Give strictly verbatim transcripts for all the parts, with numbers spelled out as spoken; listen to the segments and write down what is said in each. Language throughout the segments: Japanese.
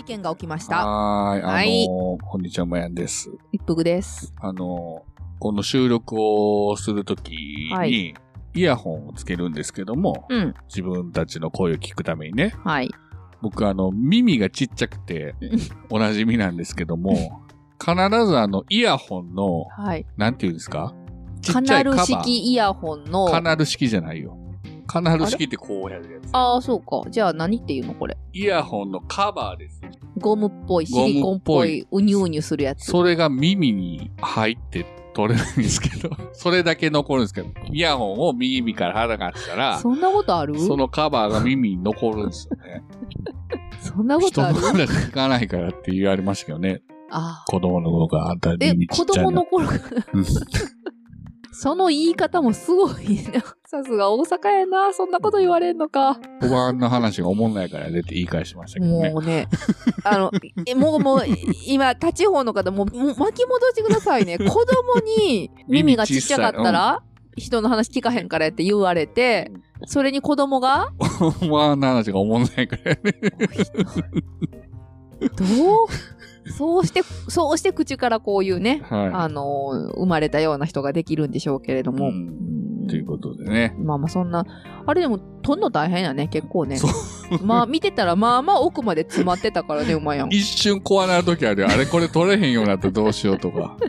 事件が起きました。 はーい、あのーはい、 こんにちは、まやんです。 一服です。 あのー、この収録をするときに、はい、イヤホンをつけるんですけども、うん、自分たちの声を聞くためにね。はい。僕、あの、耳がちっちゃくて、おなじみなんですけども、必ずあの、イヤホンの、はい、なんていうんですか？ちっちゃいカバー。カナル式イヤホンの。 カナル式じゃないよ。カナル式ってこうやるやつ。 ああ、そうか。じゃあ何っていうのこれ。 イヤホンのカバーです。 ゴムっぽい、シリコンっぽい、うにゅうにゅするやつ。 それが耳に入って取れないんですけど、それだけ残るんですけど、イヤホンを耳から離したら、 そんなことある？ そのカバーが耳に残るんですよね。 そんなことある？ 人の話聞かないからって言われましたけどね。ああ。子供の頃からあんた耳ちっちゃいな。 え、子供の頃からその言い方もすごいな。さすが大阪やな。そんなこと言われんのか。 おばあんの話がおもんないから出て言い返しましたけどね。 もうね。あの、えもうもう、今、立ち方の方もう、もう巻き戻してくださいね。子供に耳がちっちゃかったら、うん、人の話聞かへんからって言われて、それに子供がおばあんの話がおもんないからね。 どうそうして、そうして口からこういうね、はい、あの、生まれたような人ができるんでしょうけれども。 ということでね。 まあまあそんな、あれでも、撮んの大変やね、結構ね。まあ見てたら、まあまあ奥まで詰まってたからね、うまいやん。 一瞬怖なるときあるよ。あれこれ撮れへんようになったらどうしようとか。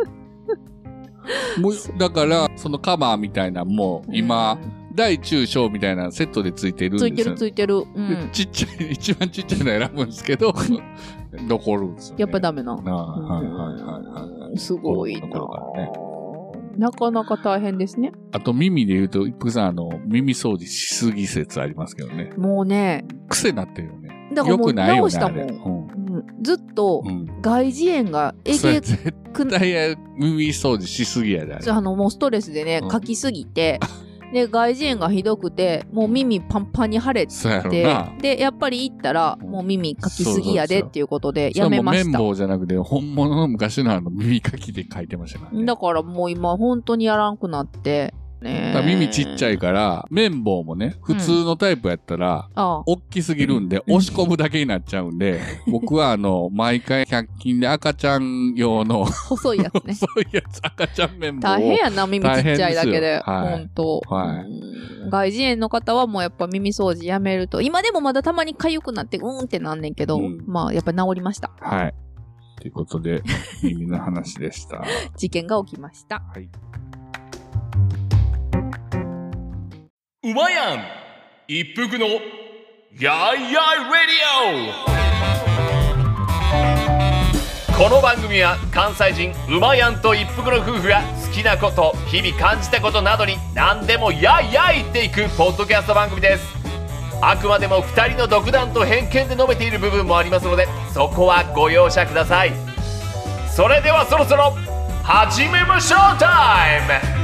もうだから、そのカバーみたいなもう今、大中小みたいなセットでついてるんですよ。 ついてるついてる。うん、 ちっちゃい、一番ちっちゃいの選ぶんですけど、残るんですよ、ね。 やっぱダメな。はいはいはいはい。 すごいな。なかなか大変ですね。 あと耳で言うと、一服さん、あの、耳掃除しすぎ説ありますけどね。 もうね。 癖になってるよね。 だからもう直したもん。うん、ずっと、外耳炎がえげくな。絶対耳掃除しすぎやで、あれ。 あの、もうストレスでね、書きすぎて、で、外耳炎がひどくて、もう耳パンパンに腫れて、で、やっぱり行ったら、もう耳かきすぎやでっていうことでやめました。 それも綿棒じゃなくて、本物の昔のあの耳かきで書いてましたからね。 だからもう今本当にやらんくなって、 ね、耳ちっちゃいから、綿棒もね、普通のタイプやったら、うん、大きすぎるんで、押し込むだけになっちゃうんで、僕はあの、毎回ひゃく均で赤ちゃん用の、 細いやつね。 細いやつ、赤ちゃん綿棒を。 大変やな、耳ちっちゃいだけで。 はい、 本当。 はい。 外耳炎の方はもうやっぱ耳掃除やめると、今でもまだたまに痒くなって、うーんってなんねんけど、うん、まあやっぱ治りました。 はい。ということで、耳の話でした。 事件が起きました。 はい。 うまやん一服のやいやいレディオ。この番組は関西人うまやんと一服の夫婦が好きなこと、日々感じたことなどに何でもやいやい言っていくポッドキャスト番組です。あくまでもふたりの独断と偏見で述べている部分もありますので、そこはご容赦ください。それではそろそろ始めましょうタイム。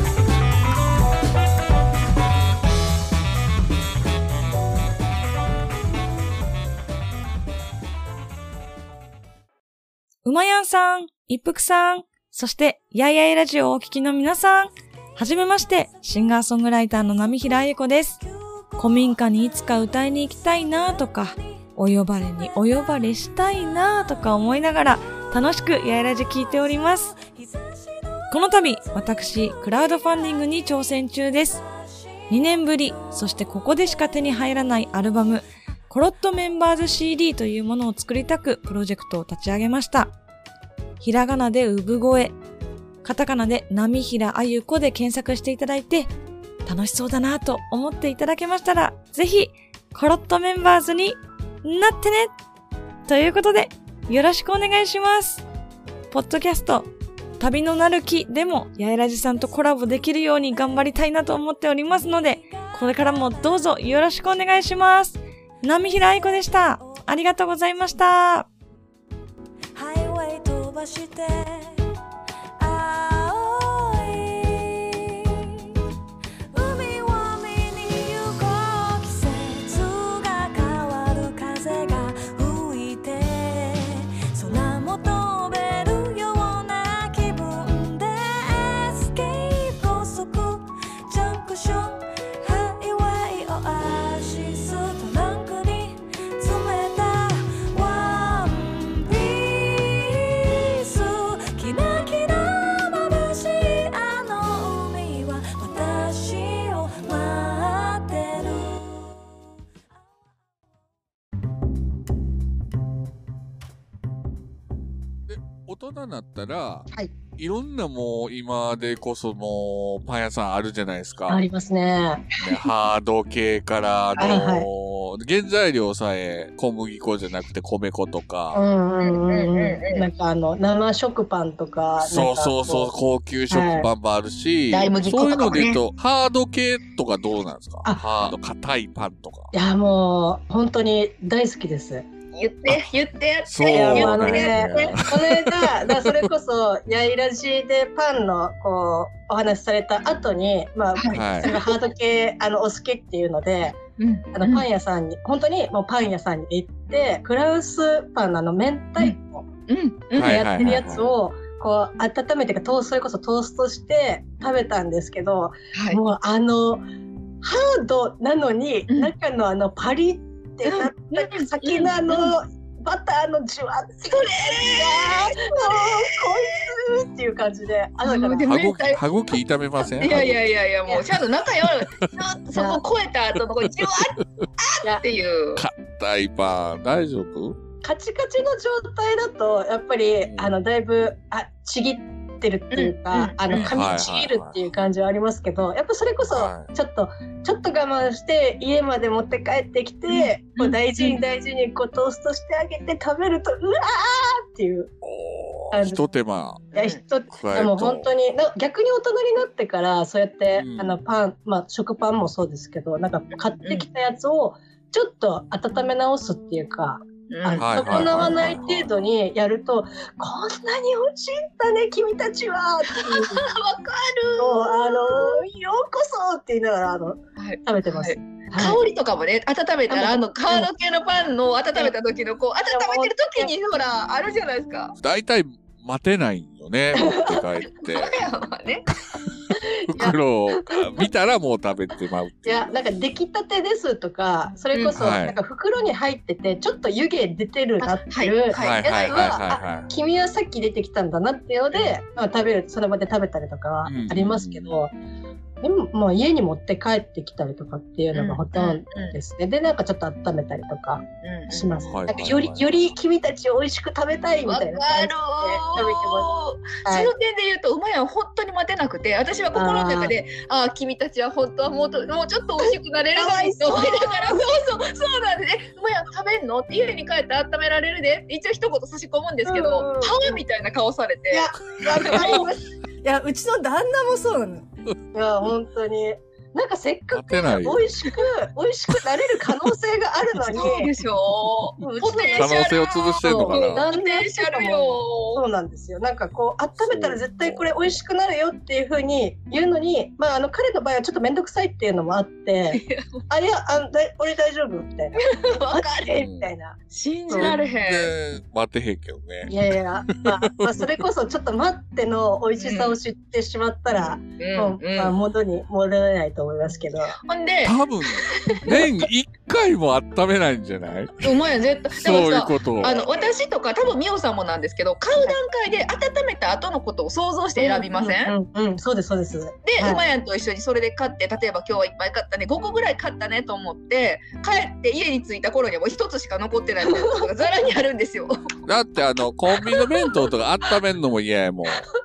うまやんさん、一服さん、そして、やいやいラジオをお聞きの皆さん、はじめまして、シンガーソングライターの波平あゆこです。古民家にいつか歌いに行きたいなとか、お呼ばれにお呼ばれしたいなとか思いながら、楽しくやいラジ聞いております。この度、私、クラウドファンディングに挑戦中です。にねんぶり、そしてここでしか手に入らないアルバム、コロットメンバーズ シーディー というものを作りたくプロジェクトを立ち上げました。ひらがなで産声、カタカナで波平あゆこで検索していただいて、楽しそうだなと思っていただけましたら、ぜひコロットメンバーズになってねということで、よろしくお願いします。ポッドキャスト、旅のなる木でもやいらじさんとコラボできるように頑張りたいなと思っておりますので、これからもどうぞよろしくお願いします。波平あゆこでした。ありがとうございました。ハイウェイ飛ばしてそんななったら、 はい。 いろんなもう今でこそもうパン屋さんあるじゃないですか。 ありますね。 ねハード系からの、はいはい、原材料さえ小麦粉じゃなくて米粉とか。 うんうんうんうん。なんかあの、生食パンとか。 そうそうそう、高級食パンもあるし、 はい、大麦粉とか、ね。 そういうので言うと、ハード系とかどうなんですか？ハード、硬いパンとか。 いや、もう、本当に大好きです。 言って、言ってやって。 そうだね。これが、だそれこそ、やいらじでパンの、こう、お話しされた後に、まあ、はい、それがハード系、あの、お好きっていうので、うん、あの、パン屋さんに、本当にもうパン屋さんに行って、クラウスパンのあの、明太子、うん、やってるやつを、こう、温めてか、トースト、それこそトーストして食べたんですけど、はい、もうあの、ハードなのに、うん、中のあの、パリッってなった先のあの、バターのじゅわってそれーもうこいつっていう感じで、あの歯ごき、歯ごき炒めません？ いやいやいやいや、もうちゃんと仲良い。そこ超えた後のこうじゅわっっていう。 硬いパン、大丈夫？ カチカチの状態だと、やっぱり、うん、あの、だいぶ、あ、ちぎってるっていうか、うん、あの、噛みちぎるっていう感じはありますけど、はいはいはい、やっぱそれこそ、ちょっと、はい、ちょっと我慢して、家まで持って帰ってきて、うん、こう大事に大事にこうトーストしてあげて食べると、うわーっていう。 一手間。 いや、一手間。もう本当に、逆に大人になってから、そうやって、うん、あの、パン、まあ、食パンもそうですけど、なんか買ってきたやつを、ちょっと温め直すっていうか、あの損なわない程度にやると、こんなに美味しいんだね、君たちはっていう。わかるあの、ようこそって言いながら、あの、はい、食べてます。はいはい、香りとかもね、温めたら、あの、カード系のパンの温めた時の、こう、温めてる時に、ほら、あるじゃないですか。 大体、待てないよね、持って帰って。ね、袋を見たらもう食べてまうっていう。 いや、なんか出来たてですとか、それこそ、なんか袋に入ってて、ちょっと湯気出てるなっていうやつは、君はさっき出てきたんだなっていうので、まあ、食べる、その場で食べたりとかはありますけど、でも、もう家に持って帰ってきたりとかっていうのがほとんどですね。うんうんうん、で、なんかちょっと温めたりとかします。うんうん、なんかより、より君たちを美味しく食べたいみたいな感じで食べてます。 その点で言うと、馬やん本当に待てなくて、私は心の中で、ああ、君たちは本当はもうと、もうちょっと美味しくなれるのにと思いながら、そうそう、そうなんでね、馬やん食べんのって家に帰って温められるで、一応一言差し込むんですけど、ハワみたいな顔されて。 いや、わかります。いや、うちの旦那もそうなの。いや、本当に。なんかせっかく美味しく、美味しくなれる可能性があるのに。 そうでしょう。 可能性を潰してんのかな。 なんでしゃるよ。そうなんですよ。なんかこう、温めたら絶対これ美味しくなるよっていうふうに言うのに、まあ、あの、彼の場合はちょっとめんどくさいっていうのもあって、あ、いや、あの、だ俺大丈夫みたいな。わかるみたいな。 信じられへん。待てへんけどね。 いやいや、まあ、まあ、それこそちょっと待っての美味しさを知ってしまったら、もう、まあ、元に戻れないと思いますけど。 ほんで、 多分、年一回も温めないんじゃない？ お前絶対。 そういうことを。 あの、私とか、多分みおさんもなんですけど、買う段階で温めた後のことを想像して選びません？ うん、うん、うん、そうです、そうです。 で、はい、馬やんと一緒にそれで買って、例えば今日はいっぱい買ったね、ごこぐらい買ったねと思って、帰って家に着いた頃にはもう一つしか残ってないみたいなことがざらにあるんですよ。 だってあの、コンビニの弁当とか温めんのも嫌やもん。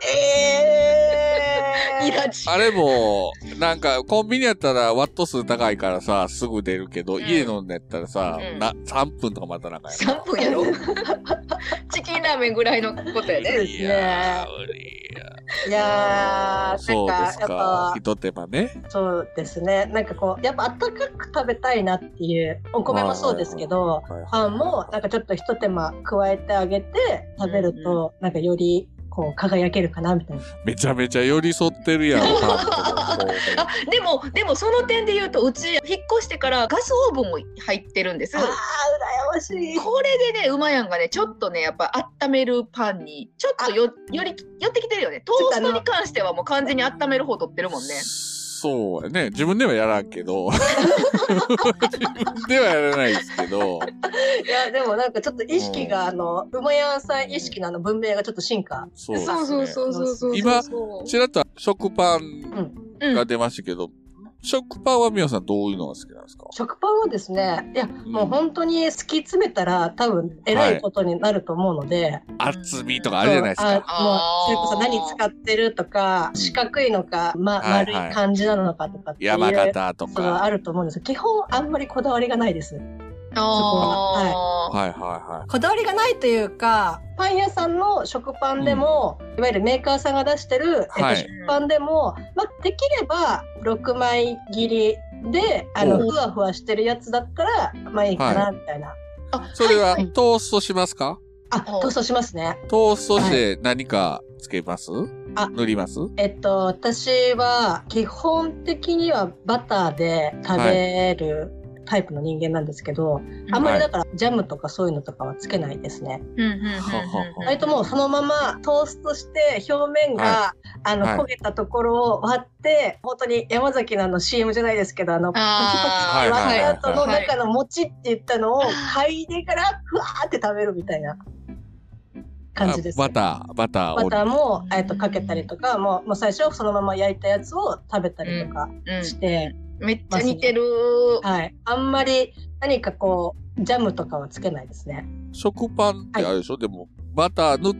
えー。 イラチ。 あれも、なんか、コンビニやったらワット数高いからさ、すぐ出るけど、うん、家飲んでやったらさ、うん、な、さんぷんとか待たなあかんやさんぷんやろチキンラーメンぐらいのことやね。 いやー、無理や。いやー、 そうですか。一手間ね。 そうですね。なんかこう、やっぱ温かく食べたいなっていう、お米もそうですけど、パンもなんかちょっと一手間加えてあげて食べると、うん、なんかより、こう輝けるかなみたいな。 めちゃめちゃ寄り添ってるやん。 あ、でもでもその点で言うとうち引っ越してからガスオーブンも入ってるんです。 ああ、羨ましい。 これでね、馬やんがねちょっとねやっぱ温めるパンにちょっとよより寄ってきてるよね。トーストに関してはもう完全に温める方取ってるもんね。 そうやね。自分ではやらんけど。自分ではやらないですけど。 いや、でもなんかちょっと意識が、うん、あの、馬屋さん意識のあの文明がちょっと進化。 そうですね。 そうそうそうそうそう。 今、ちらっと食パンが出ましたけど、うん、 食パンはみおさんどういうのが好きなんですか？ 食パンはですね、いや、うん、もう本当に突き詰めたら多分偉いことになると思うので。 はい、厚みとかあるじゃないですか。 あもう、それこそ何使ってるとか、四角いのか、ま、丸い感じなのかとかっていう。 山形とか。 そうあると思うんですよ。基本あんまりこだわりがないです。 ああ、はい、はいはいはい。 こだわりがないというか、パン屋さんの食パンでも、うん、いわゆるメーカーさんが出してる、はい、えっと、食パンでも、まあ、できればろくまい切りで、あの、ふわふわしてるやつだったら、まあいいかな、みたいな。はい、 あ、それはトーストしますか？ あ、トーストしますね。 トーストして何かつけます？はい、あ、塗ります？ えっと、私は基本的にはバターで食べる、はいタイプの人間なんですけど、あんまりだからジャムとかそういうのとかはつけないですね。割ともうそのままトーストして表面が、はい、あの、はい、焦げたところを割って、本当に山崎のあの シーエム じゃないですけど、あの、パキパキって割った後の中の餅って言ったのを嗅いでからふわーって食べるみたいな感じです、ね。 バター、バターバターも、えっと、かけたりとか、もう、もう最初そのまま焼いたやつを食べたりとかして、 うんうんめっちゃ似てる、 はい。あんまり何かこう、ジャムとかはつけないですね。 食パンってあれでしょ、はい、でも、バター塗って、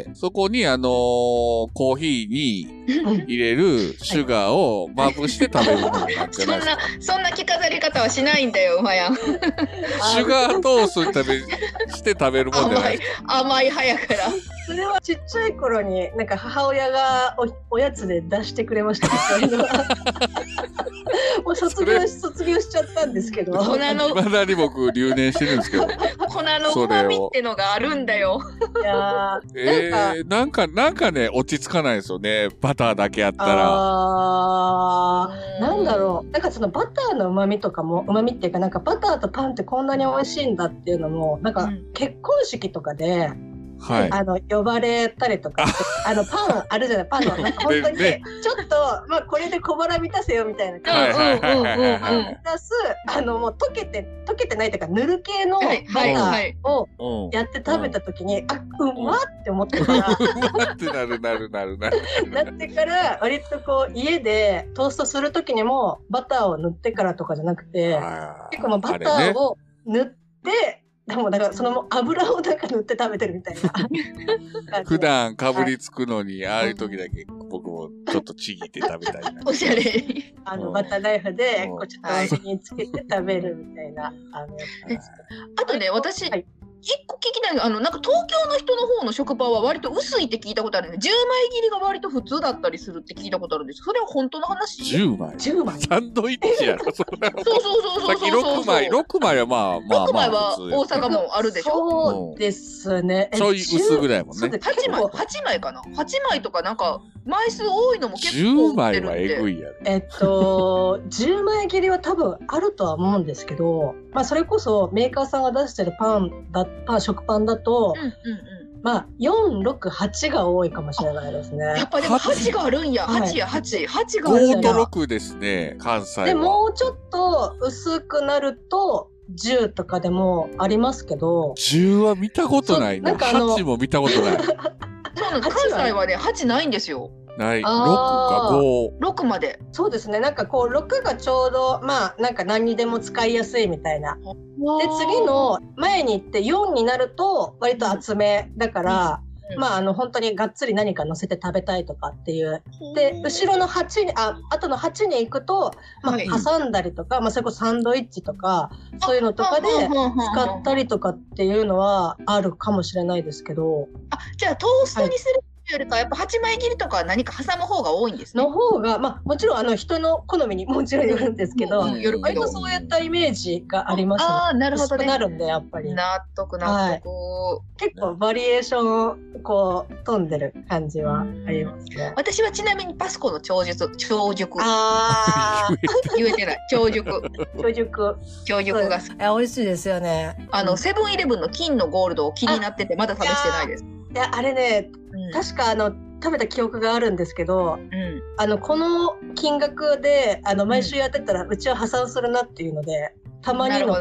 そこにあのー、コーヒーに入れるシュガーをまぶして食べるものなんじゃないですか。 そんな、そんな着飾り方はしないんだよ、馬やん。シュガートースト食べ、して食べるもんじゃないですか。甘い、甘い派やから。 それはちっちゃい頃に、なんか母親がお、おやつで出してくれましたね、そういうのは。もう卒業し、卒業しちゃったんですけど。 粉の。まだに僕留年してるんですけど。 粉の旨味ってのがあるんだよ。 いやー、えー、なんか、なんかね、落ち着かないですよね。バターだけあったら。 あー、なんだろう。なんかそのバターの旨味とかも、旨味っていうか、なんかバターとパンってこんなに美味しいんだっていうのも、なんか結婚式とかで、はい、あの呼ばれたりとかあのパンあるじゃないパンのなんか本当に、ね、ちょっとまあこれで小腹満たせよみたいな感じで出すあのもう溶けて溶けてないというかぬる系のバターをやって食べた時に、うん、あうまって思ってからうまってなるなるなるなるなってから割とこう家でトーストする時にもバターを塗ってからとかじゃなくて結構もうバターを塗ってでもだからその油をなんか塗って食べてるみたいな普段かぶりつくのにああいう時だけ僕もちょっとちぎって食べたいなおしゃれあのバターナイフでこうちょっと味につけて食べるみたいなあのあとね私、はい一個聞きたいのが、あの、なんか東京の人の方の食パンは割と薄いって聞いたことあるんで、じゅうまい切りが割と普通だったりするって聞いたことあるんです。それは本当の話？ じゅう 枚 ?じゅう 枚サンドイッチやろ、そんなの。そうそうそうそうそう。 さっきろくまい、ろくまいはまあまあまあ。 ろくまいは大阪もあるでしょ？そうですね。 ちょい薄ぐらいもんね。 はちまい、はちまいかな ?はち 枚とかなんか、枚数多いのも結構売ってるんで。 じゅうまいはえぐいやろ。 えっと、じゅうまい切りは多分あるとは思うんですけど、まあそれこそメーカーさんが出してるパンだ、パン、食パンだと、うんうんうん、まあよん、ろく、はちが多いかもしれないですね。 やっぱでもはちがあるんや。はちや、はち。はちがあるんや。 ごとろくですね、関西は。 で、もうちょっと薄くなると、じゅうとかでもありますけど。 じゅうは見たことないな。はちも見たことない。 そうなんです。関西はね、はちないんですよ。 ない。ろくかご。 ろくまで。 そうですね。なんかこう、ろくがちょうど、まあ、なんか何にでも使いやすいみたいな。で、次の前に行ってよんになると、割と厚めだから、うん、まあ、あの、本当にがっつり何か乗せて食べたいとかっていう。で、後ろのはちに、あ、後のはちに行くと、まあ、はい、挟んだりとか、まあ、それこそサンドイッチとか、そういうのとかで使ったりとかっていうのはあるかもしれないですけど。 あ、じゃあトーストにする、はいよりかやっぱはちまい切りとか何か挟む方が多いんですね。 の方が、まあもちろんあの人の好みにもちろんよるんですけど、割とそういったイメージがありますね。 ああ、なるほどね。 薄くなるんでやっぱり。 納得納得、 はい。結構バリエーションこう飛んでる感じはありますね。 私はちなみにパスコの長熟、長熟。 ああ、 言えてない。長熟。 長熟。 長熟が好き。 美味しいですよね。 あのセブンイレブンの金のゴールドを気になっててまだ試してないです。 いやあれね、うん、確かあの。食べた記憶があるんですけど、うん、あのこの金額であの毎週やってたらうちは破産するなっていうのでたまにの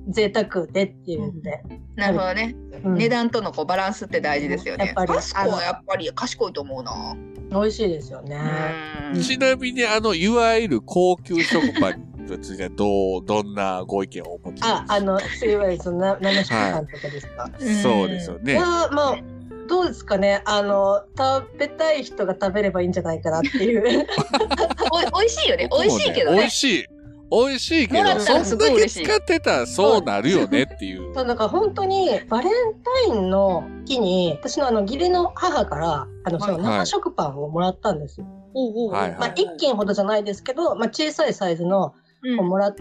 贅沢でっていうんで、 うん、なるほどね、うん、値段とのこうバランスって大事ですよね。やっぱりパスコはやっぱり賢いと思うな。 美味しいですよね。 ちなみにあのいわゆる高級食パンについてはどうどんなご意見をお持ちですか？ あ、あのいわゆるその生食パンとかですか？はい、 そうですよね。 いやまあどうですかね、あの食べたい人が食べればいいんじゃないかなっていうおいしいよね、おいしいけどね、 おいしいおいしいけど、そんだけ使ってたらそうなるよねっていう。 そう、だから本当にバレンタインの日に私のあの義理の母からあのその生食パンをもらったんですよ。はいはい、まあ一斤ほどじゃないですけど、まあ小さいサイズのをもらって、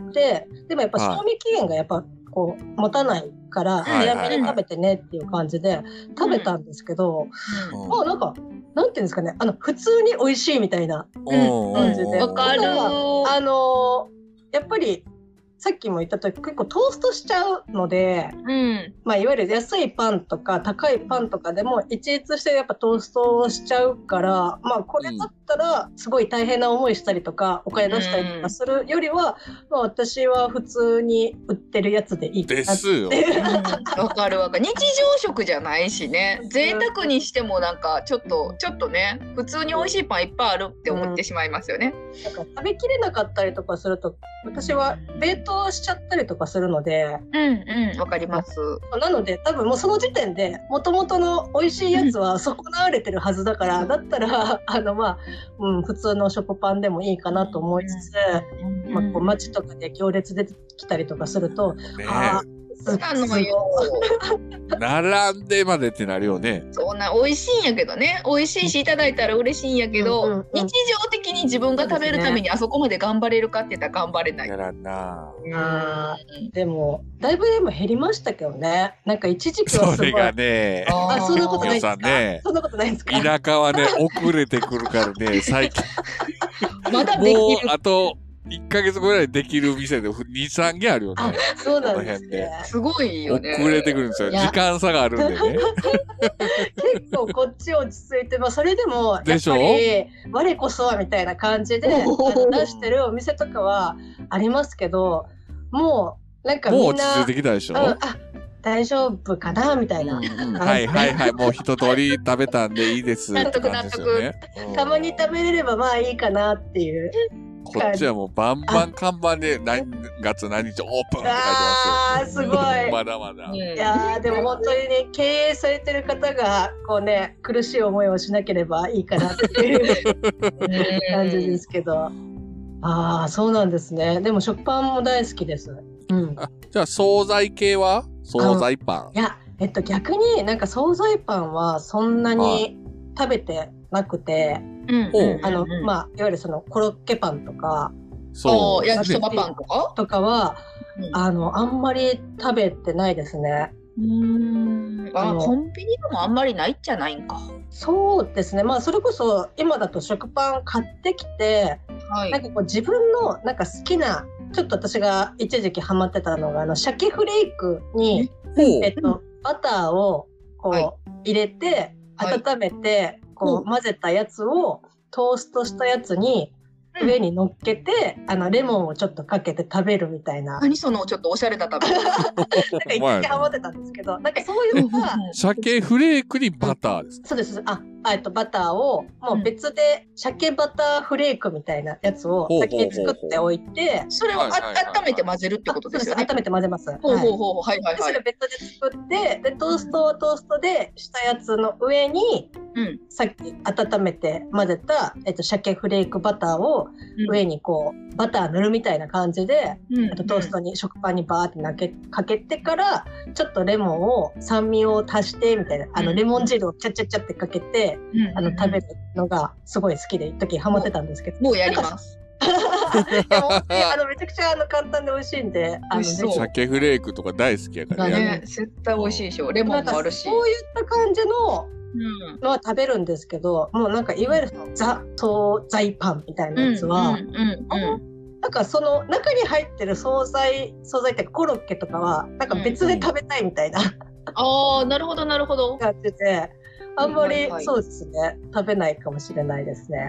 うん、でもやっぱ賞味期限がやっぱこう持たないから早めに食べてねっていう感じで食べたんですけど、うんうん、もうなんかなんていうんですかね、あの普通に美味しいみたいな感じで。 わかる。 あのやっぱりさっきも言ったとおり結構トーストしちゃうので、うん、まあいわゆる安いパンとか高いパンとかでも一律してやっぱトーストをしちゃうから、まあこれだったらすごい大変な思いしたりとかお金出したりとかするよりは、うん、まあ私は普通に売ってるやつでいいかなって。 ですよ。 わかるわかる。日常食じゃないしね。贅沢にしてもなんかちょっとちょっとね、普通に美味しいパンいっぱいあるって思ってしまいますよね。 うん、なんか食べきれなかったりとかすると私は冷凍しちゃったりとかするので、 うんうんわかります。 なので多分もうその時点で元々の美味しいやつは損なわれてるはずだから、うん、だったらあのまあ、うん、普通の食パンでもいいかなと思いつつ、うんまあ、こう街とかで行列出てきたりとかすると、ね、あそうなのよ。 並んでまでってなるよね。 そんな美味しいんやけどね、美味しいしいただいたら嬉しいんやけど、うんうんうん、日常的に自分が食べるためにあそこまで頑張れるかって言ったら頑張れない。 やらんな。 あでもだいぶでも減りましたけどね。なんか一時期はすごい。 それがね。 あそんなことないですか。 ね、 そんなことないですか。 田舎はね遅れてくるからね最近。 まだできる。 もうあと。いっかげつぐらいできる店でに、さんけんあるよね。 そうなんですね。 すごいよね。 遅れてくるんですよ。時間差があるんでね。 結構こっち落ち着いて、まあそれでも、やっぱり、我こそはみたいな感じで出してるお店とかはありますけど、もうなんかみんな。もう落ち着いてきたでしょ。うん、あ大丈夫かなみたいな、うんうん。はいはいはい。もう一通り食べたんでいいです。 納得納得。 たまに食べれればまあいいかなっていう。 こっちはもうバンバン看板で何月何日オープンって書いてますよ。 あーすごい。 まだまだ。 いやーでも本当にね経営されてる方がこうね苦しい思いをしなければいいかなっていう感じですけど。ああそうなんですね。でも食パンも大好きです。うん。 あじゃあ惣菜系は惣菜パン。 いやえっと逆になんか惣菜パンはそんなに食べてなくて。うんうん、あの、うん、まあいわゆるそのコロッケパンとか、 そう焼きそばパンとかとかは、うん、あのあんまり食べてないですね。 うーんあコンビニでもあんまりないっちゃないんか。 そうですね。まあそれこそ今だと食パン買ってきて、はい、なんかこう自分のなんか好きなちょっと私が一時期ハマってたのがあの鮭フレークにえっとバターをこう、はい、入れて温めて。はいこう混ぜたやつをトーストしたやつに上に乗っけて、うん、あのレモンをちょっとかけて食べるみたいな。 何そのちょっとおしゃれな食べ方。なんか一時ハマってたんですけど、なんかそういうのが鮭フレークにバターです。 そうです。あ、えっとバターをもう別で鮭バターフレークみたいなやつを先に作っておいて、 それをあ、はいはいはい、温めて混ぜるってことですよね。 温めて混ぜます。 ほうほうほうはいはいはい。 それを別で作ってでトーストをトーストでしたやつの上に、うん、さっき温めて混ぜたえっと鮭フレークバターを上にこうバター塗るみたいな感じで、うん、あとトーストに、うん、食パンにバーってなけかけてからちょっとレモンを酸味を足してみたいなあのレモン汁をチャッチャッチャってかけて、うん、あの食べるのがすごい好きで一時ハマってたんですけどもうやりますいやもうあのめちゃくちゃあの簡単で美味しいんであの鮭フレークとか大好きやからね絶対美味しいでしょレモンもあるしそういった感じののは食べるんですけど、もうなんかいわゆるザ惣菜パンみたいなやつは、うんうんうんうん、なんかその中に入ってる惣菜惣菜ってコロッケとかはなんか別で食べたいみたいな、うんうん、 ああなるほどなるほど感じであんまりそうですね、はいはい、食べないかもしれないですね。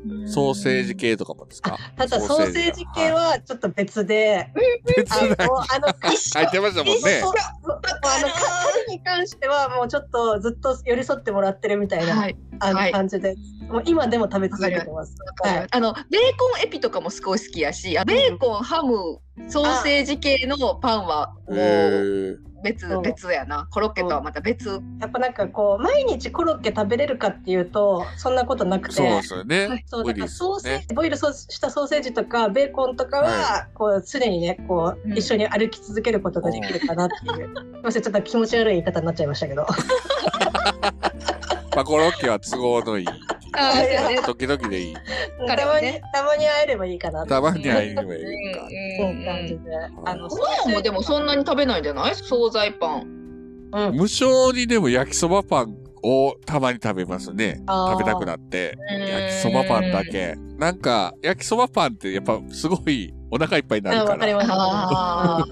ソーセージ系とかもですか？ ただソーセージ系はちょっと別で、 別だ。 あの、 入ってましたもんね。 あの、彼に関してはもうちょっとずっと寄り添ってもらってるみたいな、はい、あの感じで、もう今でも食べ続けてます。 はい、あの、ベーコンエピとかもすごい好きやし、ベーコン、ハム、ソーセージ系のパンはもう別、別やな。コロッケとはまた別。 やっぱなんかこう、毎日コロッケ食べれるかっていうと、そんなことなくて。 そうですよね。 そう、だからソーセージ、ボイルしたソーセージとか、ベーコンとかは、こう、常にね、こう、一緒に歩き続けることができるかなっていう。すみません、ちょっと気持ち悪い言い方になっちゃいましたけど。 まあ、コロッケは都合のいい。 ああ、ね。 時々でいい。 たまに、たまに会えればいいかな。 たまに会えればいいか。 そういう感じで。 あの、ソヤもでもそんなに食べないんじゃない？惣菜パン。 うん。 無性にでも焼きそばパンをたまに食べますね。食べたくなって。焼きそばパンだけ。なんか、焼きそばパンってやっぱすごいお腹いっぱいになるから。 わかります。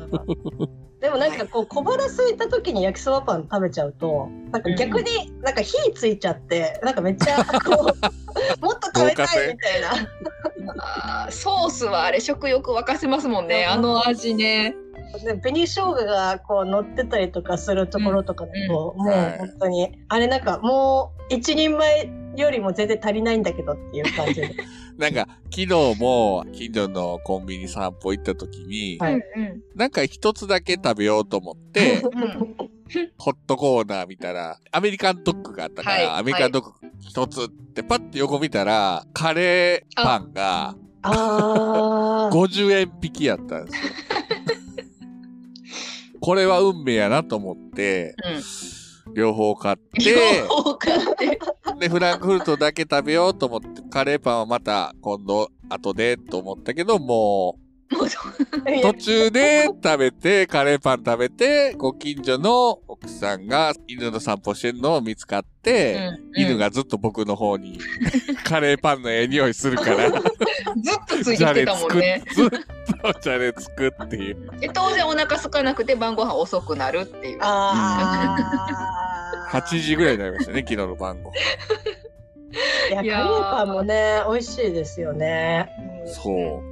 でもなんかこう小腹空いた時に焼きそばパン食べちゃうと、なんか逆になんか火ついちゃって、なんかめっちゃこう、もっと食べたいみたいな。 ソースはあれ食欲沸かせますもんね、あの味ね。 で紅生姜がこう乗ってたりとかするところとかだと、うんうん、もう本当に、はい、あれなんかもう一人前よりも全然足りないんだけどっていう感じで。 なんか昨日も近所のコンビニ散歩行った時に、はい、なんか一つだけ食べようと思って、うん、ホットコーナー見たらアメリカンドッグがあったから、はい、アメリカンドッグ一つってパッて横見たらカレーパンがごじゅうえん引きやったんですよ。これは運命やなと思って、うん、両方買って、 両方買って、 で、フランクフルトだけ食べようと思って、カレーパンはまた今度後でと思ったけど、もう、途中で食べて、カレーパン食べて、ご近所の奥さんが犬の散歩してるのを見つかって、うん、犬がずっと僕の方にカレーパンのええ匂いするから、 ずっとついてきてたもんね。 ずっとじゃれつくっていう。 で当然お腹空かなくて晩ご飯遅くなるっていう。 あはちじぐらいになりましたね、昨日の晩ご飯。 いや、カレーパンもね、美味しいですよね。 そう。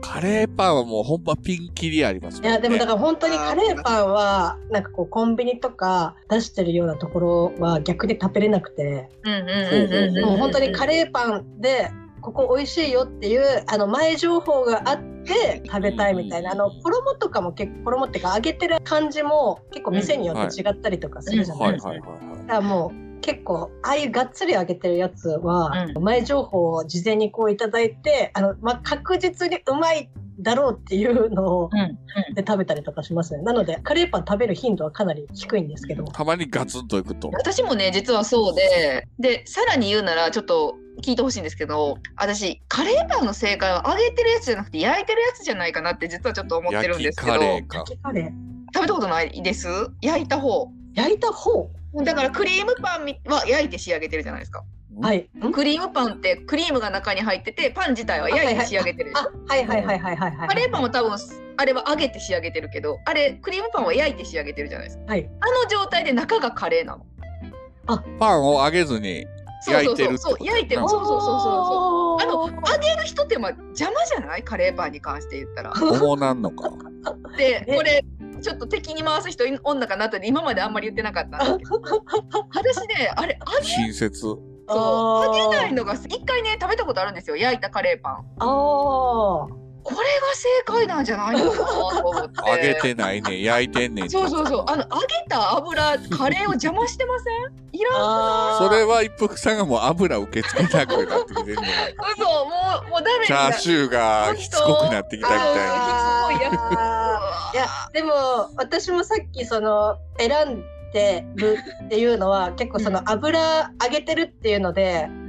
カレーパンはもうほんまピンキリありますもんね。 いや、でもだから本当にカレーパンは、なんかこうコンビニとか出してるようなところは逆に食べれなくて。もう本当にカレーパンで、ここ美味しいよっていう、あの、前情報があって食べたいみたいな、あの、衣とかも結構、衣っていうか揚げてる感じも結構店によって違ったりとかするじゃないですか。だからもう、結構ああいうがっつり揚げてるやつは、うん、前情報を事前にこういただいてあの、まあ、確実にうまいだろうっていうのを、うんうん、で食べたりとかしますね。なのでカレーパン食べる頻度はかなり低いんですけど、 たまにガツンといくと。 私もね実はそうででさらに言うならちょっと聞いてほしいんですけど、私カレーパンの正解は揚げてるやつじゃなくて焼いてるやつじゃないかなって実はちょっと思ってるんですけど。 焼きカレーか。 焼きカレー食べたことないです。焼いた方。 焼いた方だからクリームパンは焼いて仕上げてるじゃないですか。 はい。 クリームパンってクリームが中に入っててパン自体は焼いて仕上げてるでしょ。 はいはいはいはいはいはい。 カレーパンも多分あれは揚げて仕上げてるけど、あれクリームパンは焼いて仕上げてるじゃないですか。 はい。 あの状態で中がカレーなの。 あ、パンを揚げずに焼いてるってこと。 そうそうそうそう焼いてる。そうそうそうそうそう。あの揚げる人手間邪魔じゃない？カレーパンに関して言ったら。 重なんのか。 でこれ。ちょっと敵に回す人おんなかなと今まであんまり言ってなかったんですけど私ねあれ揚げ親切そう揚げないのが一回ね食べたことあるんですよ、焼いたカレーパン。 ああこれが正解なんじゃないのかなと思って揚げてないね焼いてんねん。 そうそうそうあの揚げた油カレーを邪魔してません？いらんくない？ それは一服さんがもう油受け付けなくなってきてるんじゃないか。 嘘もうもうダメ。 チャーシューがしつこくなってきたみたいな。 いやでも私もさっきその選んでるっていうのは結構その油揚げてるっていうので、うん、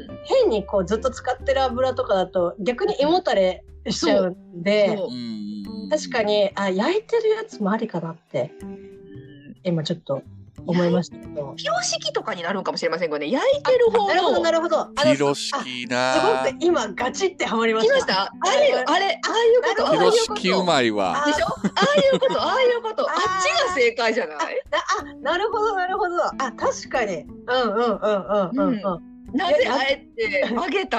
変にこうずっと使ってる油とかだと逆に胃もたれしちゃうんで、確かにあ焼いてるやつもありかなって今ちょっと思いましたけど、 ピロシキとかになるかもしれませんがね、焼いてる方の。 なるほどなるほど。 ピロシキな。 すごく今ガチってハマりました。 来ました。あれあれああいうこと。 ピロシキうまいわ。 でしょ。ああいうことああいうこと。あっちが正解じゃない？ あなるほどなるほど。あ確かに。うんうんうんうんうんうん。 なぜあえて揚げたのっ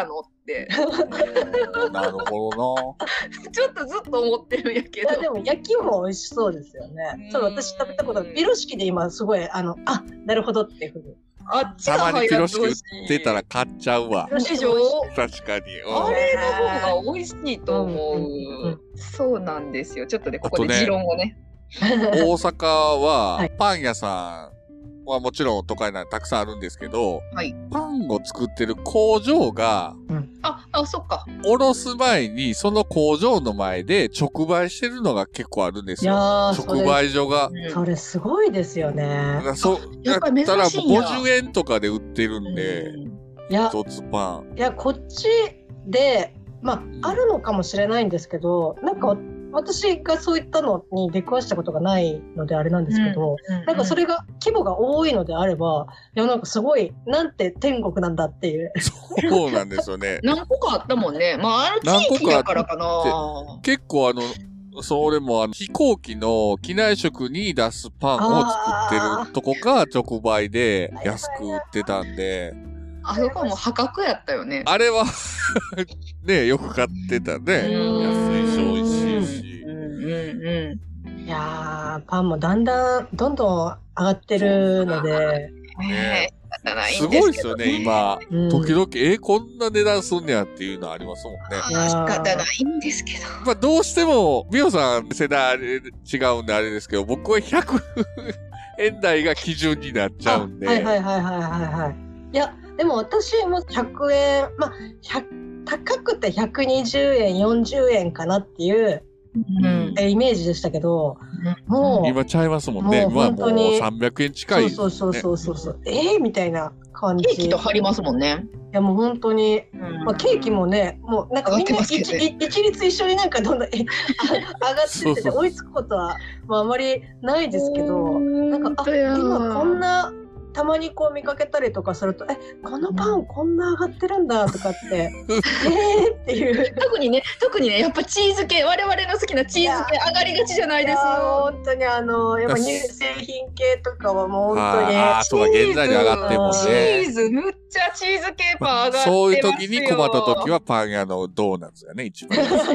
て。 なるほどな。 ちょっとずっと思ってるんやけど。いやでも焼きも美味しそうですよね。そう、私食べたことピロシキで今すごい、あの、あ、なるほどっていうふうに。 あっちたまにピロシキ売売ってたら買っちゃうわ。 ピロシキ確かに。 あれの方が美味しいと思う。うんうん、そうなんですよ。ちょっとで、ここで持論をね。 大阪は、パン屋さん、はもちろん都会ならたくさんあるんですけど、はい、パンを作ってる工場が、 うん、あ、あ、そっか。 おろす前にその工場の前で直売してるのが結構あるんですよ。直売所が。 それすごいですよね。 そう、やったらごじゅうえんとかで売ってるんで、うん、 いや、 一つパン。 いや、こっちで、まあ、あるのかもしれないんですけど、なんか、私がそういったのに出くわしたことがないのであれなんですけど、うんうんうん、なんかそれが規模が多いのであれば、いやなんかすごい、なんて天国なんだっていう。 そうなんですよね。 何個かあったもんね。まあ、あの地域だからかな。 結構あの、それもあの飛行機の機内食に出すパンを作ってるとこが直売で安く売ってたんで。 あそこはもう破格やったよね。 あれはね、よく買ってたね。安いし美味しいし。うんうんうん。いやー、パンもだんだんどんどん上がってるので。 ね、すごいですよね、今。うん、時々、えー、こんな値段すんねやっていうのありますもんね。 仕方ないんですけど。 まあ、どうしても、美穂さん世代違うんであれですけど、僕はひゃくえん台が基準になっちゃうんで。 はいはいはいはいはいはい。いや、でも私もひゃくえん、まあ、高くてひゃくにじゅうえん、よんじゅうえんかなっていう、うん、イメージでしたけど、もう今ちゃいますもんね。もう本当にもうさんびゃくえん近いですね。 そうそうそうそうそう。えーみたいな感じ。 ケーキと張りますもんね。 いやもう本当に、うんまあ、ケーキもね、もうなんかみんな一律一緒になんかどんどん上がってってて追いつくことはまああまりないですけど、なんかあ今こんなたまにこう見かけたりとかすると、え、このパンこんな上がってるんだとかって、えーっていう。 特にね、特にね、やっぱチーズ系、我々の好きなチーズ系上がりがちじゃないですよ。 本当にあの、やっぱ乳製品系とかはもう本当に。 ああ、そうか、現在に上がってもね。 チーズ、むっちゃチーズ系パン上がってますよ。 そういう時に困った時はパン屋のドーナツがね、一番安いって。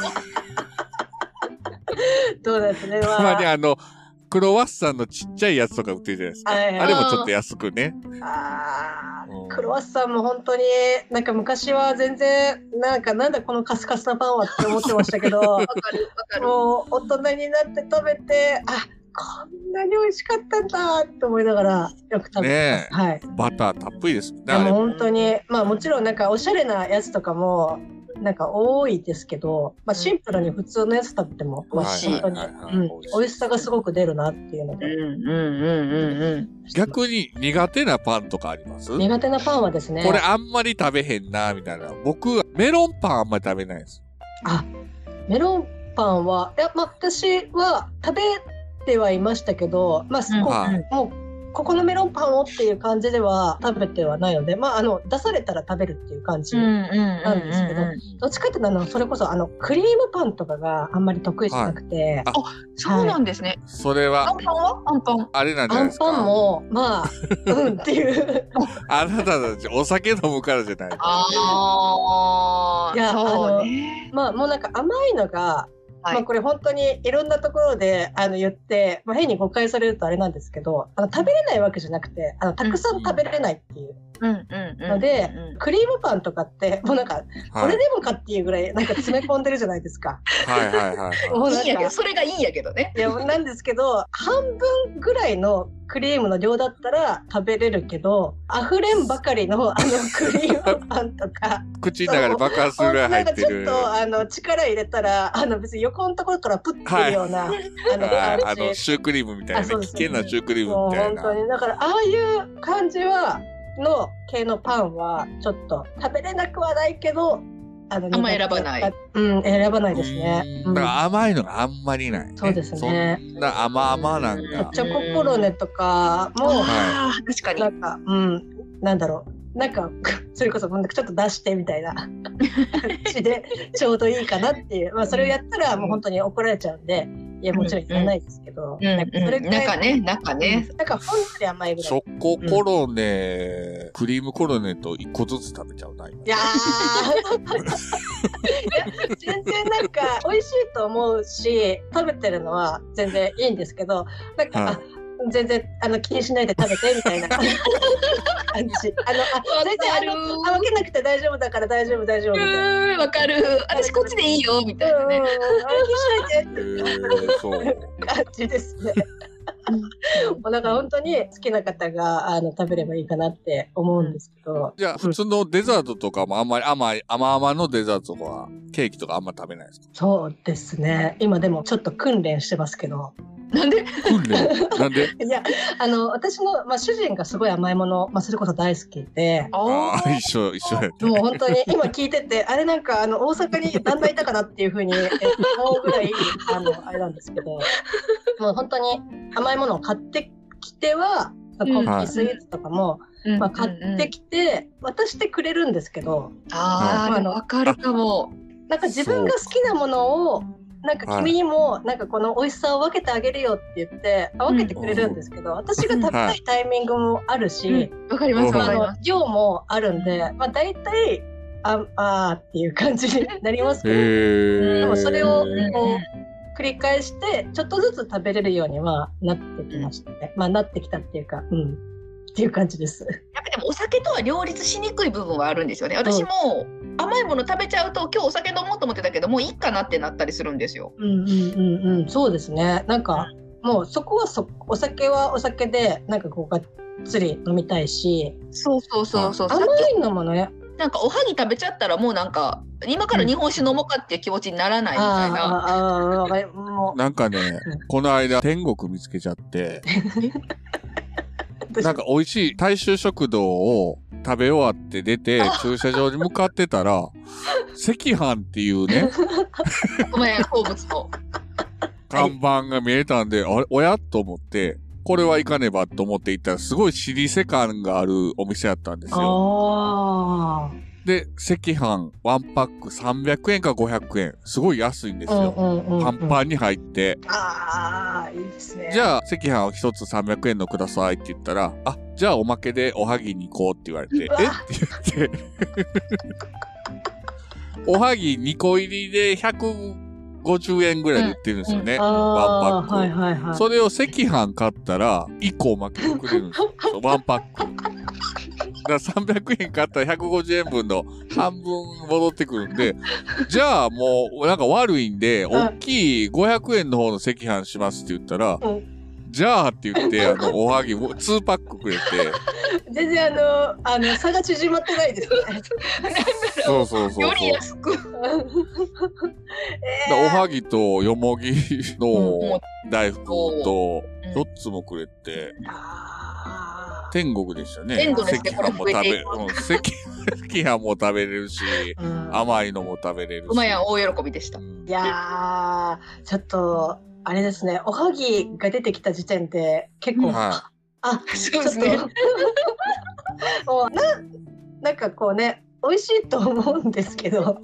ドーナツね、 まあ。たまにあの、クロワッサンのちっちゃいやつとか売ってるじゃないですか。あれもちょっと安くね。 ああ、うん、クロワッサンも本当に、なんか昔は全然、なんかなんだこのカスカスなパンはって思ってましたけど、わかるわかる。もう大人になって食べて、あ、こんなに美味しかったんだって思いながらよく食べてます。 ねえ。 はい。 バターたっぷりですね。 でも本当に、まあもちろんなんかおしゃれなやつとかも、なんか多いですけど、まあ、シンプルに普通のやつ食べても美味しい。本当に、うん、美味しさがすごく出るなっていうので。うんうんうんうんうん。逆に苦手なパンとかあります？ 苦手なパンはですね。 これあんまり食べへんなみたいな。僕はメロンパンあんまり食べないです。 あ、メロンパンは、いや、まあ、私は食べてはいましたけど、まあ、すごく、うん、もう。ここのメロンパンをっていう感じでは食べてはないので、まあ、あの出されたら食べるっていう感じなんですけど、どっちかっていうとあのそれこそあのクリームパンとかがあんまり得意じゃなくて、 はい、あ、そうなんですね。はい、 それはアンパンはアンパンあれなんじゃないですか。 アンパンもまあうんっていうあなたたちお酒飲むからじゃないですか。 ああ、 いやそうね、あのまあもうなんか甘いのが。はい、まあこれ本当にいろんなところであの言って、まあ、変に誤解されるとあれなんですけど、あの食べれないわけじゃなくて、あのたくさん食べれないっていうので、クリームパンとかってもうなんか、これでもかっていうぐらいなんか詰め込んでるじゃないですか。 はいはいはい、 もういいやけど、それがいいんやけどね。 いやなんですけど、半分ぐらいのクリームの量だったら食べれるけど、溢れんばかりのあのクリームパンとか口の中で爆発するぐらい入ってる。 なんかちょっとあの力入れたらあの別に横のところからプッてくるような、はい、あのああのシュークリームみたいな、ね、危険なシュークリームみたいな。 本当にだからああいう感じはの系のパンはちょっと食べれなくはないけど。 あんま選ばない。 うん、選ばないですね。 だから甘いのがあんまりない、ね。 そうですね。 そんな甘々なんか。 チョココロネとかも、 はい、確かに。 なんか、うん、なんだろう。なんか、それこそ、ちょっと出してみたいな感じで、ちょうどいいかなっていう。まあ、それをやったらもう本当に怒られちゃうんで、 いやもちろんやらないですけど、 うんうん、なんかそれくらい、中ね中ね、 なんかほんとに甘いぐらい。 チョココロネ、うん、クリームコロネと一個ずつ食べちゃうな。いやーいや全然なんか美味しいと思うし、食べてるのは全然いいんですけど、なんか、はい、全然あの気にしないで食べてみたいな感じ。あのあ全然あのあ分けなくて大丈夫だから大丈夫大丈夫みたいな。 わかる。私こっちでいいよみたいなね。 気にしないでっていう感じですね。だから本当に好きな方があの食べればいいかなって思うんですけど。 じゃあ普通のデザートとかもあんまり甘い甘々のデザートとかケーキとかあんま食べないですか？ そうですね。今でもちょっと訓練してますけど。 なんで訓練なんでいや、あの、私の、まあ、主人がすごい甘いもの、まあ、それこそ大好きで。 ああ、一緒、一緒やった。 もう本当に、今聞いてて、あれなんか、あの、大阪にだんだんいたかなっていうふうに、え思うぐらい、あの、あれなんですけど、もう本当に甘いものを買ってきては、コッキースイーツとかも、うん、まあ、買ってきて、渡してくれるんですけど。 ああ、わかるかも。 なんか自分が好きなものを、なんか君にもなんかこの美味しさを分けてあげるよって言って分けてくれるんですけど、私が食べたいタイミングもあるし、 わかりますわかります。 量もあるんで、まあ大体ああーっていう感じになりますけど、でもそれをこう繰り返してちょっとずつ食べれるようにはなってきましたね。まあなってきたっていうか、うん。っていう感じです。 やっぱでもお酒とは両立しにくい部分はあるんですよね。私も甘いもの食べちゃうと今日お酒飲もうと思ってたけどもういいかなってなったりするんですよ。 うんうんうんうん、そうですね。なんかもうそこはそお酒はお酒でなんかこうがっつり飲みたいし、 そうそうそうそう。 甘いのもね。 なんかおはぎ食べちゃったらもうなんか今から日本酒飲もうかっていう気持ちにならないみたいな。 うん、ああもうなんかね、この間天国見つけちゃって。なんか美味しい大衆食堂を食べ終わって出て駐車場に向かってたら赤飯っていうねお前好物の看板が見えたんで、あれおやと思ってこれは行かねばと思って行ったらすごい老舗感があるお店やったんですよ。で赤飯ワンパックさんびゃくえんかごひゃくえん、すごい安いんですよ、うんうんうんうん、パンパンに入って。 あーいいですね。 じゃあ赤飯を一つさんびゃくえんのくださいって言ったら、あじゃあおまけでおはぎに行こうって言われて、えって言っておはぎにこ入りでひゃくごじゅうえんぐらいで売ってるんですよね、うん、ワンパック、はいはいはい、それを赤飯買ったらいっこおまけてくれるんですよワンパックだからさんびゃくえん買ったらひゃくごじゅうえんぶんの半分戻ってくるんで、じゃあもうなんか悪いんで、大きいごひゃくえんの方の赤飯しますって言ったら、うん、じゃあって言って、あの、おはぎにパックくれて。 全然あの、あの、差が縮まってないですね。 そうそうそうそう。 より安く。 えー、おはぎとよもぎの大福とよっつもくれて。天国でしたね。 天国ですね。 赤飯も食べ、うん、赤飯も食べれるし、うん、甘いのも食べれるし。 馬や大喜びでした。 いやー、ちょっと、あれですね、おはぎが出てきた時点で結構、うん、あ、 そうですね。 もうな、なんかこうね、美味しいと思うんですけど。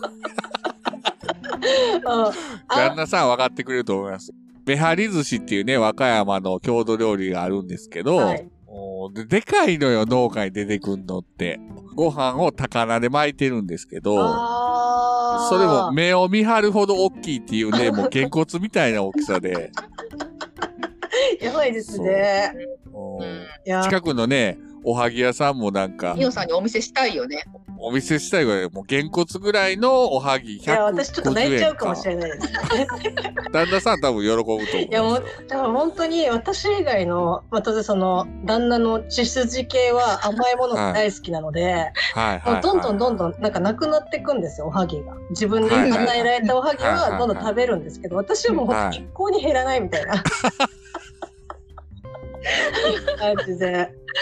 旦那さん分かってくれると思います。めはり寿司っていうね、和歌山の郷土料理があるんですけど、はい、で, でかいのよ、農家に出てくんのって。ご飯を高菜で巻いてるんですけど、それも目を見張るほど大きいっていうね、もうげんこつみたいな大きさで。 やばいですね。 近くのね、おはぎ屋さんもなんか。 みおさんにお見せしたいよね。 お見せしたいぐらい、もうげんこつぐらいのおはぎひゃくごじゅうえんか。いや、 私ちょっと泣いちゃうかもしれないです。 旦那さん多分喜ぶと思う。いや、もう、だから本当に私以外の、まあ、当然その、旦那の血筋系は甘いものが大好きなので、はい、もうどんどんどんどんなんかなくなっていくんですよ、おはぎが。自分で与えられたおはぎはどんどん食べるんですけど、私はもう一向に減らないみたいな。感じで。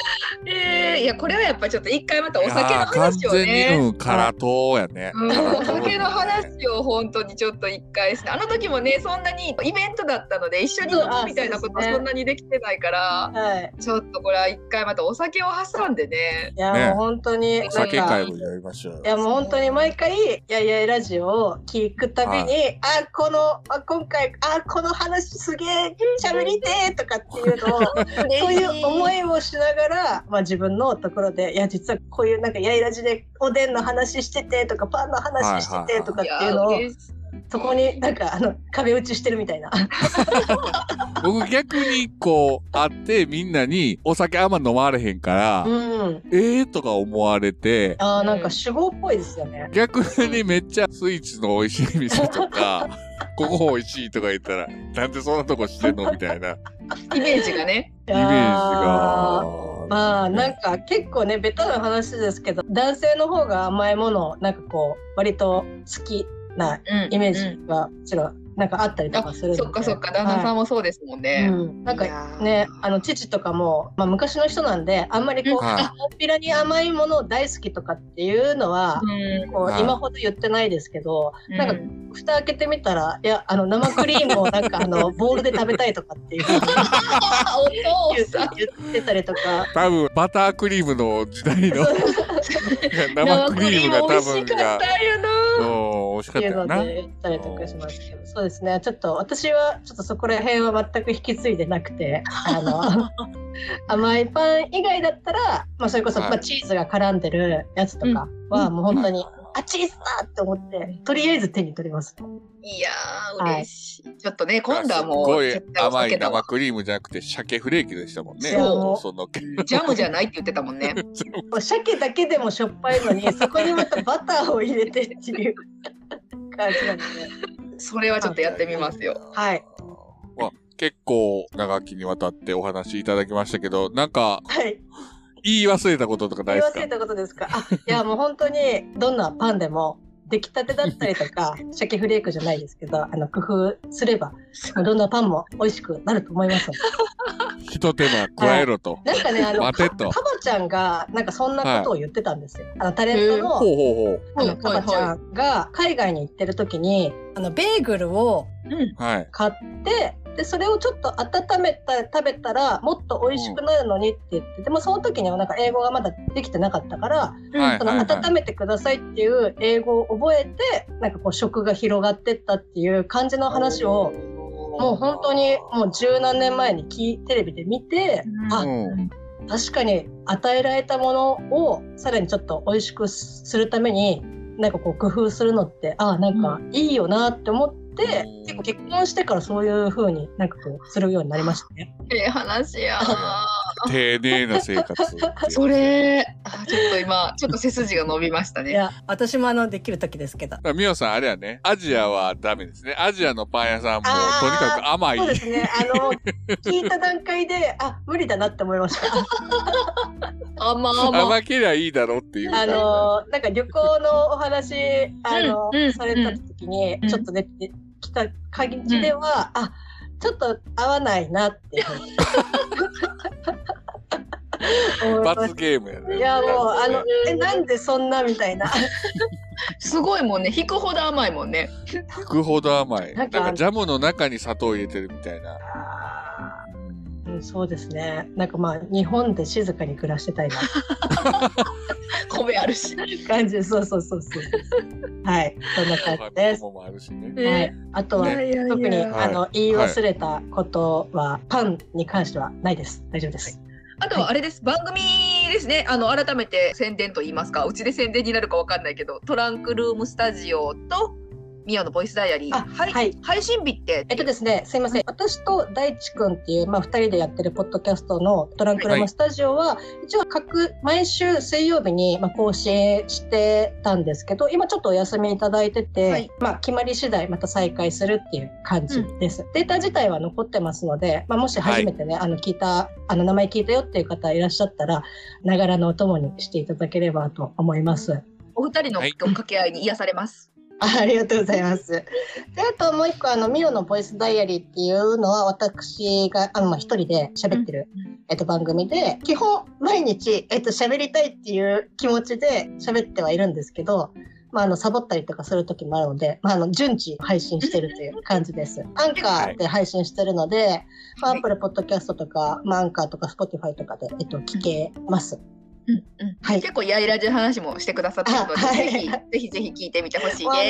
えー、いやこれはやっぱちょっと一回またお酒の話をね。完全にうん空党やね。 うん、お酒の話を本当にちょっと一回ですね。あの時もねそんなにイベントだったので一緒に飲むみたいなことはそんなにできてないから、ね、ちょっとこれは一回またお酒を挟んでね。 いやもう本当にお酒会もやりましょう。 いやもう本当に毎回やいやいラジオを聞くたびに、はい、あこのあ今回あこの話すげえ喋りてーとかっていうのをそういう思いをしながら、まあ、自分のところでいや実はこういうなんかやいラジでおでんの話しててとかパンの話しててとかっていうのを、はいはいはい、そこになんかあの壁打ちしてるみたいな僕逆にこう会ってみんなにお酒あんま飲まれへんから、うん、えーとか思われてあーなんか酒豪っぽいですよね。 逆にめっちゃスイーツの美味しい店とかここ美味しいとか言ったらなんでそんなとこしてんのみたいなイメージがねイメージがまあなんか結構ねベタな話ですけど男性の方が甘いものなんかこう割と好きなイメージがもちろんなんかあったりとかするので、 そっかそっか旦那さんもそうですもんね、はいうん、 なんかねあの父とかも、まあ、昔の人なんであんまりこう、うん、あおっぴらに甘いもの大好きとかっていうのは、うん、こう今ほど言ってないですけど、うん、なんか蓋開けてみたらいやあの生クリームをなんかあのボウルで食べたいとかっていう言ってたりとか多分バタークリームの時代の生クリームが多分美味しかったよな美味しかったよな言ったりとかしますけどそうですねちょっと私はちょっとそこら辺は全く引き継いでなくてあの甘いパン以外だったら、まあ、それこそ、はいまあ、チーズが絡んでるやつとかはもう本当に、うん、あチーズだって思ってとりあえず手に取ります。 いやー嬉しい、はい、ちょっとね今度はもうすごい甘い生クリームじゃなくて鮭フレークでしたもんね。 そうそのジャムじゃないって言ってたもんね鮭だけでもしょっぱいのにそこにまたバターを入れてっていう感じなんでそれはちょっとやってみますよ。 はい。 まあ、結構長きにわたってお話いただきましたけど、なんか、はい、言い忘れたこととかないですか？ 言い忘れたことですか？あ、いやもう本当にどんなパンでも出来たてだったりとか、鮭フレークじゃないですけど、あの工夫すればどんなパンも美味しくなると思います。 一手間加えろと。 なんかねあの待てと。 カバちゃんがなんかそんなことを言ってたんですよ。はい、あのタレントの、ほうほうほうあのカバちゃんが海外に行ってる時にあのベーグルを買って。でそれをちょっと温めた食べたらもっと美味しくなるのにって言って、うん、でもその時にはなんか英語がまだできてなかったから、うん、その温めてくださいっていう英語を覚えてなんかこう食が広がってったっていう感じの話をもう本当にもう十何年前に聞テレビで見て、うん、あ、うん、確かに与えられたものをさらにちょっと美味しくするためになんかこう工夫するのってあなんかいいよなって思って。で結構結婚してからそういう風になんかこうするようになりましたね。 ええ話や丁寧な生活それあちょっと今ちょっと背筋が伸びましたね。 いや私もあのできる時ですけどみおさんあれはねアジアはダメですね。アジアのパン屋さんもとにかく甘い。 そうですねあの聞いた段階であ無理だなって思いました甘甘甘けりゃいいだろうっていうあのなんか旅行のお話あの、うん、された時に、うん、ちょっとね来た感じでは、うん、あちょっと合わないなって罰ゲームやね。 いやもうあのえなんでそんなみたいなすごいもんね引くほど甘いもんね引くほど甘いなんか、なんかジャムの中に砂糖入れてるみたいな。 うん、そうですねなんかまあ日本で静かに暮らしてたいな米あるし感じそうそうそうそうはいそんな感じです。 もあるしね、 はい、あとは、ね、特に、はい、あの言い忘れたことは、はい、パンに関してはないです大丈夫です。 あとはあれです、はい、番組ですねあの改めて宣伝と言いますかうちで宣伝になるかわかんないけどトランクルームスタジオとミオのボイスダイアリー、はいはい、配信日ってえっとですねすいません私と大地くんっていう、まあ、ふたりでやってるポッドキャストのトランクルームスタジオは、はい、一応各毎週水曜日に、まあ、更新してたんですけど今ちょっとお休みいただいてて、はいまあ、決まり次第また再開するっていう感じです、うん、データ自体は残ってますので、まあ、もし初めてね、はい、あの聞いたあの名前聞いたよっていう方いらっしゃったらながらのお供にしていただければと思います。 お二人の掛け合いに癒されます、 はいあ, ありがとうございます。で、あともう一個、あの、ミオのボイスダイアリーっていうのは、私が、あの、まあ、一人で喋ってるえっと、番組で、基本毎日、えっと、喋りたいっていう気持ちで喋ってはいるんですけど、まあ、あの、サボったりとかする時もあるので、まあ、あの、順次配信してるという感じです。アンカーで配信してるので、まあ、アップルポッドキャストとか、まあ、アンカーとか、スポティファイとかで、えっと、聞けます。 うんうんはい、結構やいラジの話もしてくださってるので、はい、ぜひぜひぜひ聞いてみてほしいです。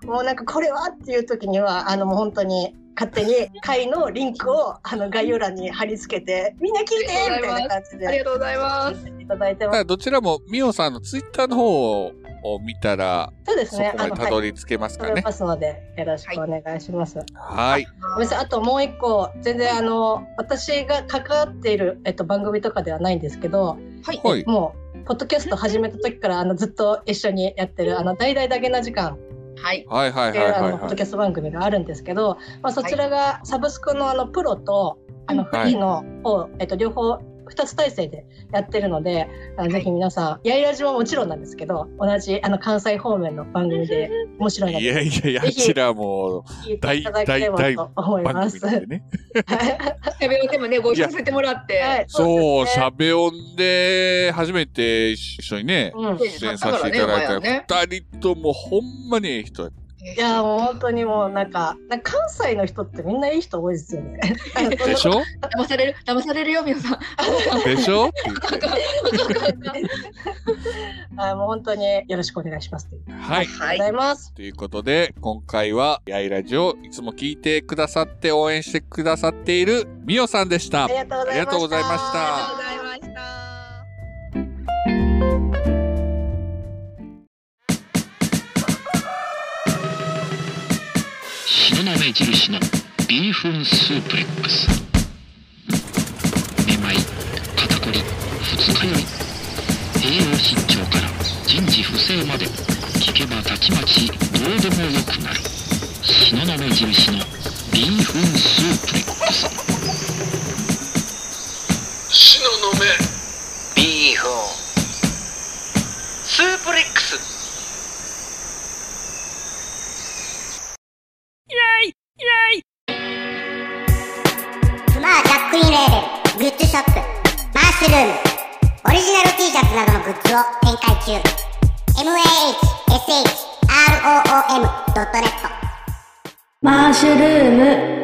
もうなんかこれはっていう時にはあのもう本当に勝手に会のリンクをあの概要欄に貼り付けてみんな聞いてみたいな感じでありがとうございます。 いただいてます。 どちらもみおさんのツイッターの方を見たら、 そうですね。 そこまでたどり着けますかね。 はい、ますのでよろしくお願いします。 はい。 ごめんなさい。あともう一個全然あの私が関わっているえっと番組とかではないんですけど、 はい。 もうポッドキャスト始めた時からあのずっと一緒にやってるあの大々だけな時間。 はい。 はいはいはいはい、はい。 ポッドキャスト番組があるんですけど、まあ、そちらがサブスクのあのプロと、あのフリーの方、はい、えっと、両方ふたつ体制でやってるので、はい、ぜひ皆さん、やいラジはもちろんなんですけど、同じあの関西方面の番組で面白いので。 いやいやいや、あちらも大大大と思います。 ね、 しゃべ音でもね、ご一緒させてもらって。 はい、そう、しゃべ音で初めて一緒にね、うん、出演させていただいたら、二人ともほんまにいい人やった。 いやもう本当にもうなんか、なんか関西の人ってみんないい人多いですよね。 でしょ？ 騙される、騙されるよ、皆さん。 でしょ？ あもう本当によろしくお願いします。 はい。 ありがとうございます。 ということで、今回はやいラジをいつも聞いてくださって応援してくださっているみおさんでした。ありがとうございました。 ありがとうございました。 東雲印のビーフンスープレックス。めまい、肩こり、二日酔い、栄養失調から人事不正まで聞けばたちまちどうでもよくなる東雲印のビーフンスープレックス。 東雲ビーフンスープレックス。 クイーンレーベル、グッズショップ、マッシュルーム、オリジナル T シャツなどのグッズを展開中。エムエーエイチエスエイチアールオーオーエムドットネット。 マッシュルーム。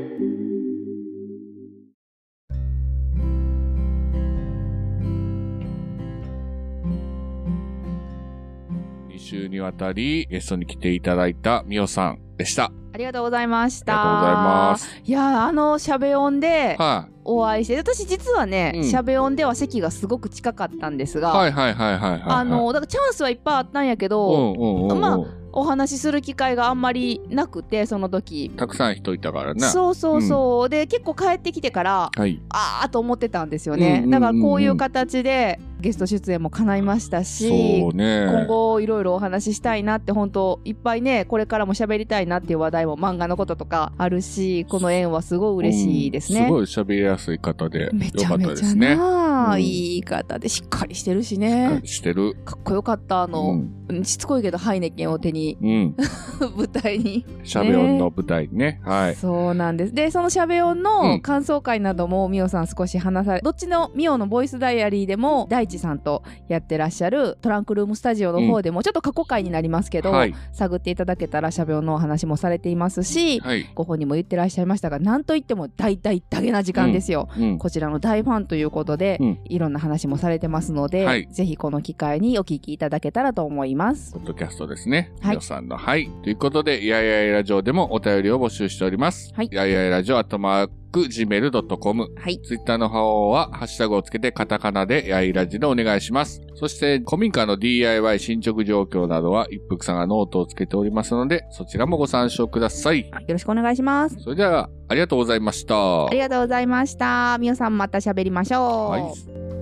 に週にわたりゲストに来ていただいたみおさんでした。 ありがとうございました。 ありがとうございます。 いや、あの、しゃべ音でお会いして、はい、私実はね、しゃべ音では席がすごく近かったんですが、 はいはいはいはい、はい。 あの、だからチャンスはいっぱいあったんやけど、うんうんうんうん、まあ、お話しする機会があんまりなくて、その時。 たくさん人いたからね。 そうそうそう。うん、で、結構帰ってきてから、はい、あーと思ってたんですよね。うんうんうんうん、だからこういう形でゲスト出演も叶いましたし、 そうね、 今後いろいろお話ししたいなって、本当いっぱいね、これからも喋りたいなっていう話題も漫画のこととかあるし、この縁はすごい嬉しいですね。うん、 すごい喋りやすい方でよかったですね。めちゃめちゃな、うん、いい方でしっかりしてるしね。 しっかりしてる。 かっこよかった。あの、うん、しつこいけどハイネケンを手に、うん、舞台に。 しゃべ音の舞台にね。はい。 そうなんです。で、そのしゃべ音の感想会なども、みおさん少し話され、どっちのみおのボイスダイアリーでも、大地さんとやってらっしゃるトランクルームスタジオの方でも、うん、ちょっと過去回になりますけど、はい、探っていただけたらしゃべ音のお話もされていますし、はい、ご本人も言ってらっしゃいましたが、なんといっても大大だけな時間ですよ。うんうん、こちらの大ファンということで、うん、いろんな話もされてますので、はい、ぜひこの機会にお聞きいただけたらと思います。 ポッドキャストですね。みおさんの、はい。ということで、やいやいラジオでもお便りを募集しております。はい。やいやいラジオアットマーク ジーメールドットコム。はい。ツイッターの方は、ハッシュタグをつけてカタカナでやいラジでお願いします。そして、古民家の ディーアイワイ 進捗状況などは、一服さんがノートをつけておりますので、そちらもご参照ください。よろしくお願いします。 それでは、ありがとうございました。 ありがとうございました。みおさんまた喋りましょう。はい。